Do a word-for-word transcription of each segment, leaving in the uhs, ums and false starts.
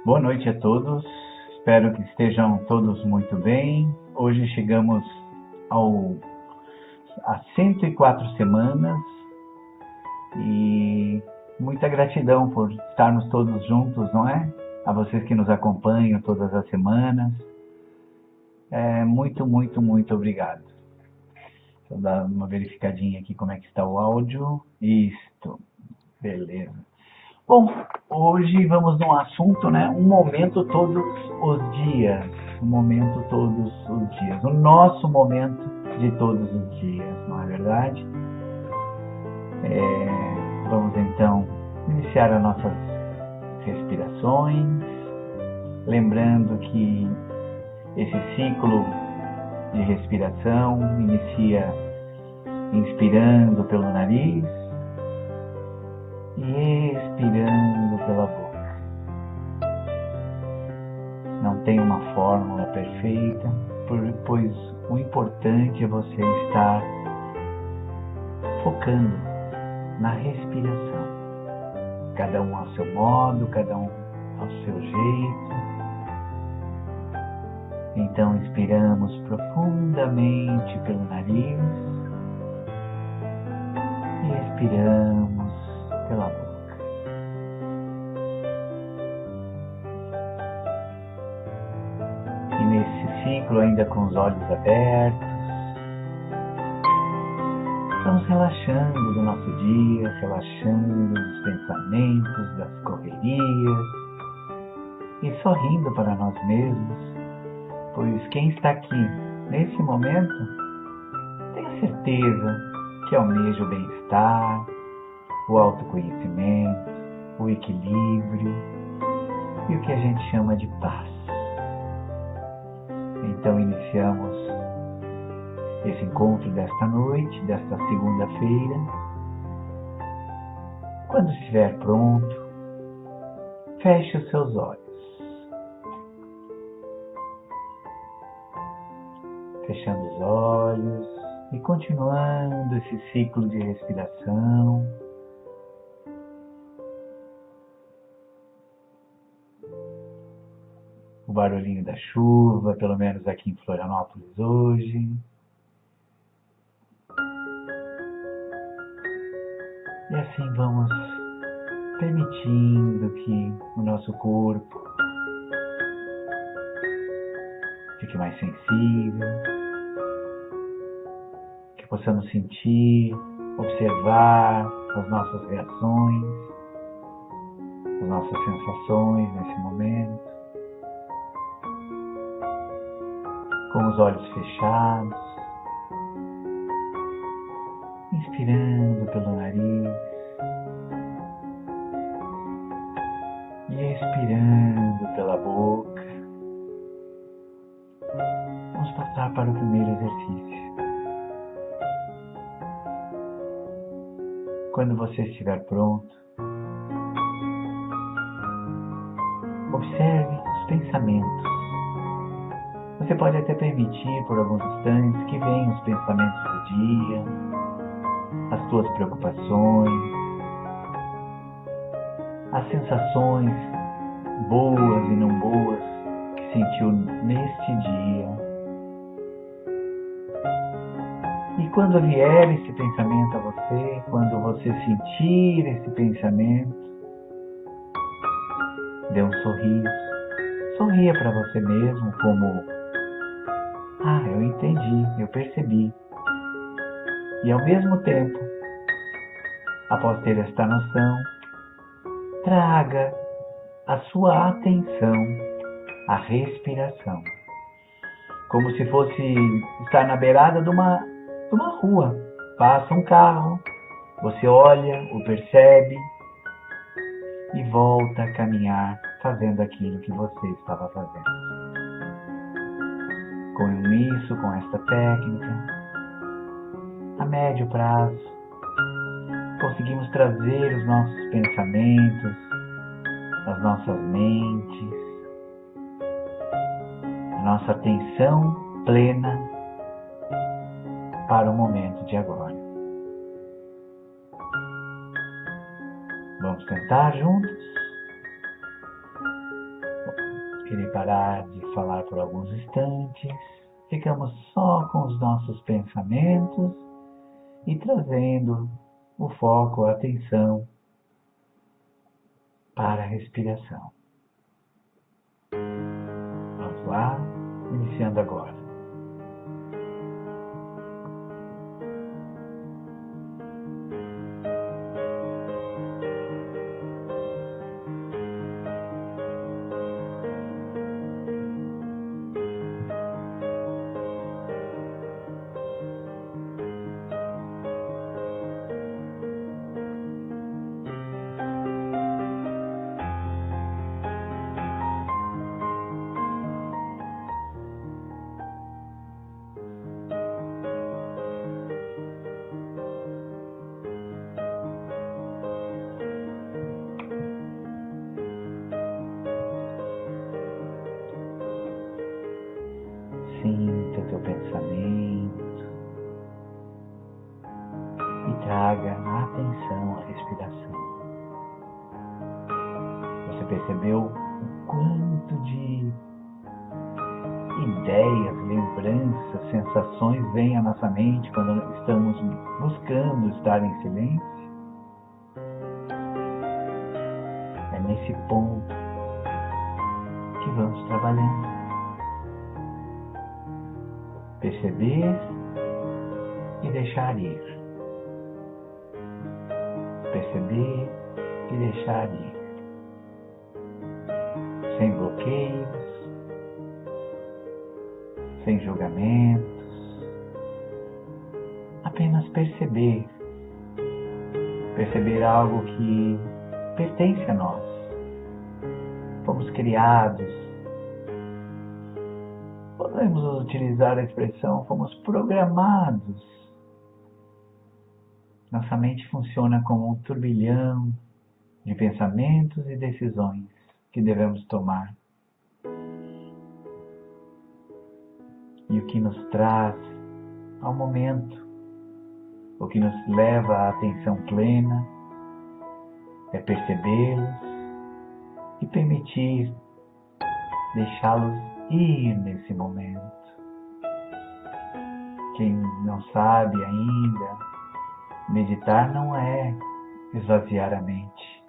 Boa noite a todos, espero que estejam todos muito bem. Hoje chegamos ao, a cento e quatro semanas e muita gratidão por estarmos todos juntos, não é? A vocês que nos acompanham todas as semanas, é, muito, muito, muito obrigado. Vou dar uma verificadinha aqui como é que está o áudio. Isto, beleza. Bom, hoje vamos num assunto, né? Um momento todos os dias. Um momento todos os dias. O nosso momento de todos os dias, não é verdade? É, vamos então iniciar as nossas respirações. Lembrando que esse ciclo de respiração inicia inspirando pelo nariz e expirando pela boca. Não tem uma fórmula perfeita, pois o importante é você estar focando na respiração. Cada um ao seu modo, cada um ao seu jeito. Então inspiramos profundamente pelo nariz e expiramos pela boca. E nesse ciclo, ainda com os olhos abertos, estamos relaxando do nosso dia, relaxando dos pensamentos, das correrias e sorrindo para nós mesmos, pois quem está aqui nesse momento tem certeza que almeja o bem-estar, o autoconhecimento, o equilíbrio e o que a gente chama de paz. Então iniciamos esse encontro desta noite, desta segunda-feira. Quando estiver pronto, feche os seus olhos. Fechando os olhos e continuando esse ciclo de respiração. O barulhinho da chuva, pelo menos aqui em Florianópolis hoje. E assim vamos permitindo que o nosso corpo fique mais sensível, que possamos sentir, observar as nossas reações, as nossas sensações nesse momento. Com os olhos fechados, inspirando pelo nariz e expirando pela boca. Vamos passar para o primeiro exercício. Quando você estiver pronto, observe os pensamentos. Você pode até permitir por alguns instantes que venham os pensamentos do dia, as suas preocupações, as sensações boas e não boas que sentiu neste dia. E quando vier esse pensamento a você, quando você sentir esse pensamento, dê um sorriso. Sorria para você mesmo como: ah, eu entendi, eu percebi. E ao mesmo tempo, após ter esta noção, traga a sua atenção à respiração. Como se fosse estar na beirada de uma, de uma rua. Passa um carro, você olha, o percebe e volta a caminhar fazendo aquilo que você estava fazendo. Com isso, com esta técnica, a médio prazo, conseguimos trazer os nossos pensamentos, as nossas mentes, a nossa atenção plena para o momento de agora. Vamos tentar juntos? querer parar de falar por alguns instantes, ficamos só com os nossos pensamentos e trazendo o foco, a atenção para a respiração. Vamos lá, iniciando agora. Sinta o teu pensamento e traga a atenção à respiração. Você percebeu o quanto de ideias, lembranças, sensações vêm à nossa mente quando estamos buscando estar em silêncio? É nesse ponto que vamos trabalhando. Perceber e deixar ir. Perceber e deixar ir. Sem bloqueios, sem julgamentos. Apenas perceber. Perceber algo que pertence a nós. Fomos criados. Podemos utilizar a expressão, fomos programados. Nossa mente funciona como um turbilhão de pensamentos e decisões que devemos tomar. E o que nos traz ao momento, o que nos leva à atenção plena, é percebê-los e permitir deixá-los ir nesse momento. Quem não sabe ainda, meditar não é esvaziar a mente.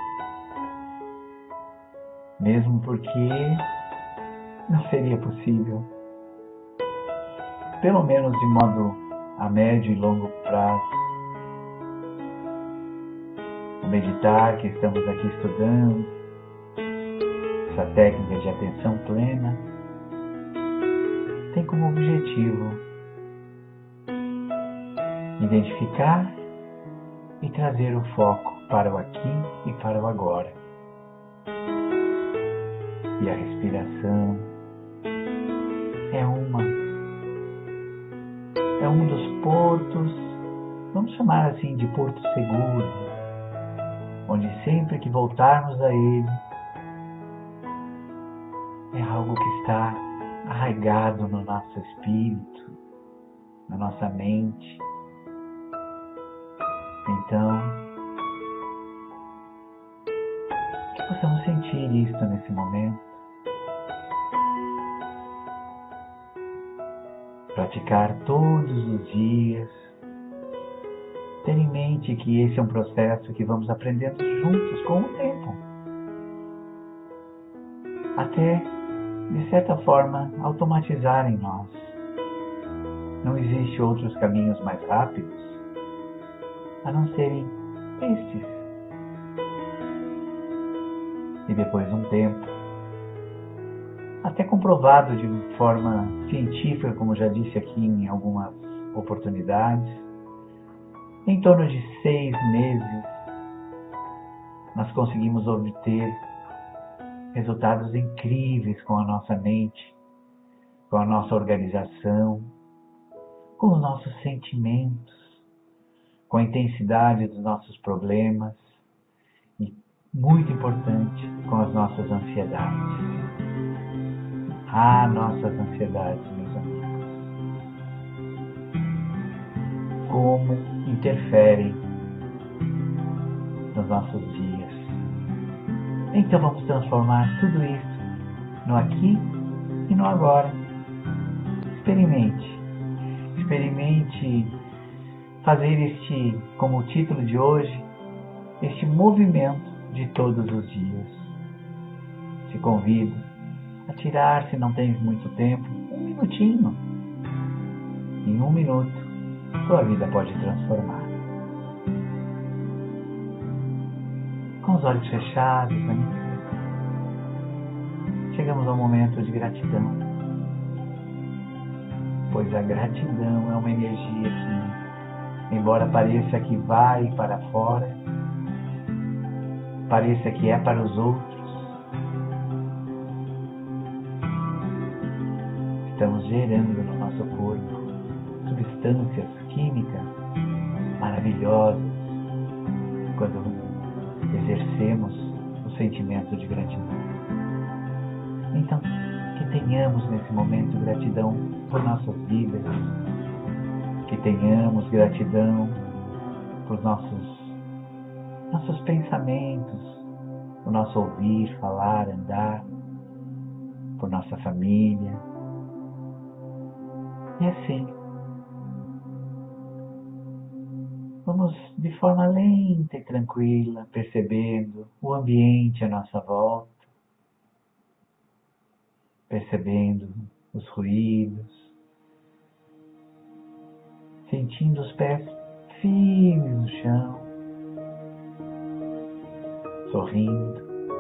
Mesmo porque não seria possível. Pelo menos de modo a médio e longo prazo. O meditar que estamos aqui estudando, essa técnica de atenção plena, tem como objetivo identificar e trazer o foco para o aqui e para o agora. E a respiração é uma, é um dos portos, vamos chamar assim de porto seguro, onde sempre que voltarmos a ele, é algo que está arraigado no nosso espírito, na nossa mente. Então, que possamos sentir isto nesse momento. Praticar todos os dias. Ter em mente que esse é um processo que vamos aprendendo juntos com o tempo. Até, de certa forma, automatizar em nós. Não existe outros caminhos mais rápidos a não serem estes. E depois de um tempo, até comprovado de forma científica, como já disse aqui em algumas oportunidades, em torno de seis meses, nós conseguimos obter resultados incríveis com a nossa mente, com a nossa organização, com os nossos sentimentos, com a intensidade dos nossos problemas e, muito importante, com as nossas ansiedades. Ah, nossas ansiedades, meus amigos. Como interferem nos nossos dias. Então vamos transformar tudo isso no aqui e no agora. Experimente. Experimente fazer este, como o título de hoje, este movimento de todos os dias. Te convido a tirar, se não tens muito tempo, um minutinho. Em um minuto, tua vida pode transformar. Com os olhos fechados ainda, chegamos ao momento de gratidão. Pois a gratidão é uma energia que, embora pareça que vai para fora, pareça que é para os outros, estamos gerando no nosso corpo substâncias químicas maravilhosas quando exercemos o sentimento de gratidão. Então, que tenhamos nesse momento gratidão por nossas vidas, que tenhamos gratidão por nossos, nossos pensamentos, por nosso ouvir, falar, andar, por nossa família. E assim, vamos de forma lenta e tranquila, percebendo o ambiente à nossa volta, percebendo os ruídos, sentindo os pés firmes no chão, sorrindo.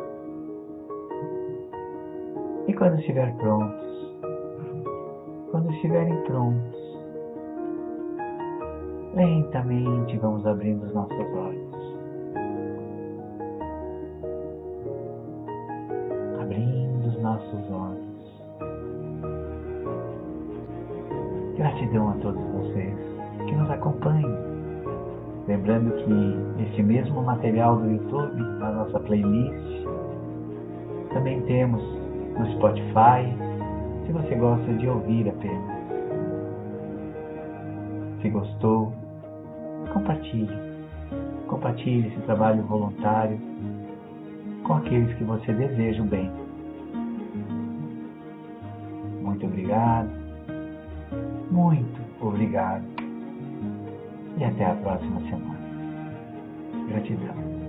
E quando estiver prontos, quando estiverem prontos, lentamente vamos abrindo os nossos olhos. Abrindo os nossos olhos. Gratidão a todos vocês que nos acompanham. Lembrando que este mesmo material do YouTube, na nossa playlist, também temos no Spotify, se você gosta de ouvir apenas. Se gostou, compartilhe. Compartilhe esse trabalho voluntário com aqueles que você deseja o bem. Muito obrigado. Muito obrigado. E até a próxima semana. Gratidão.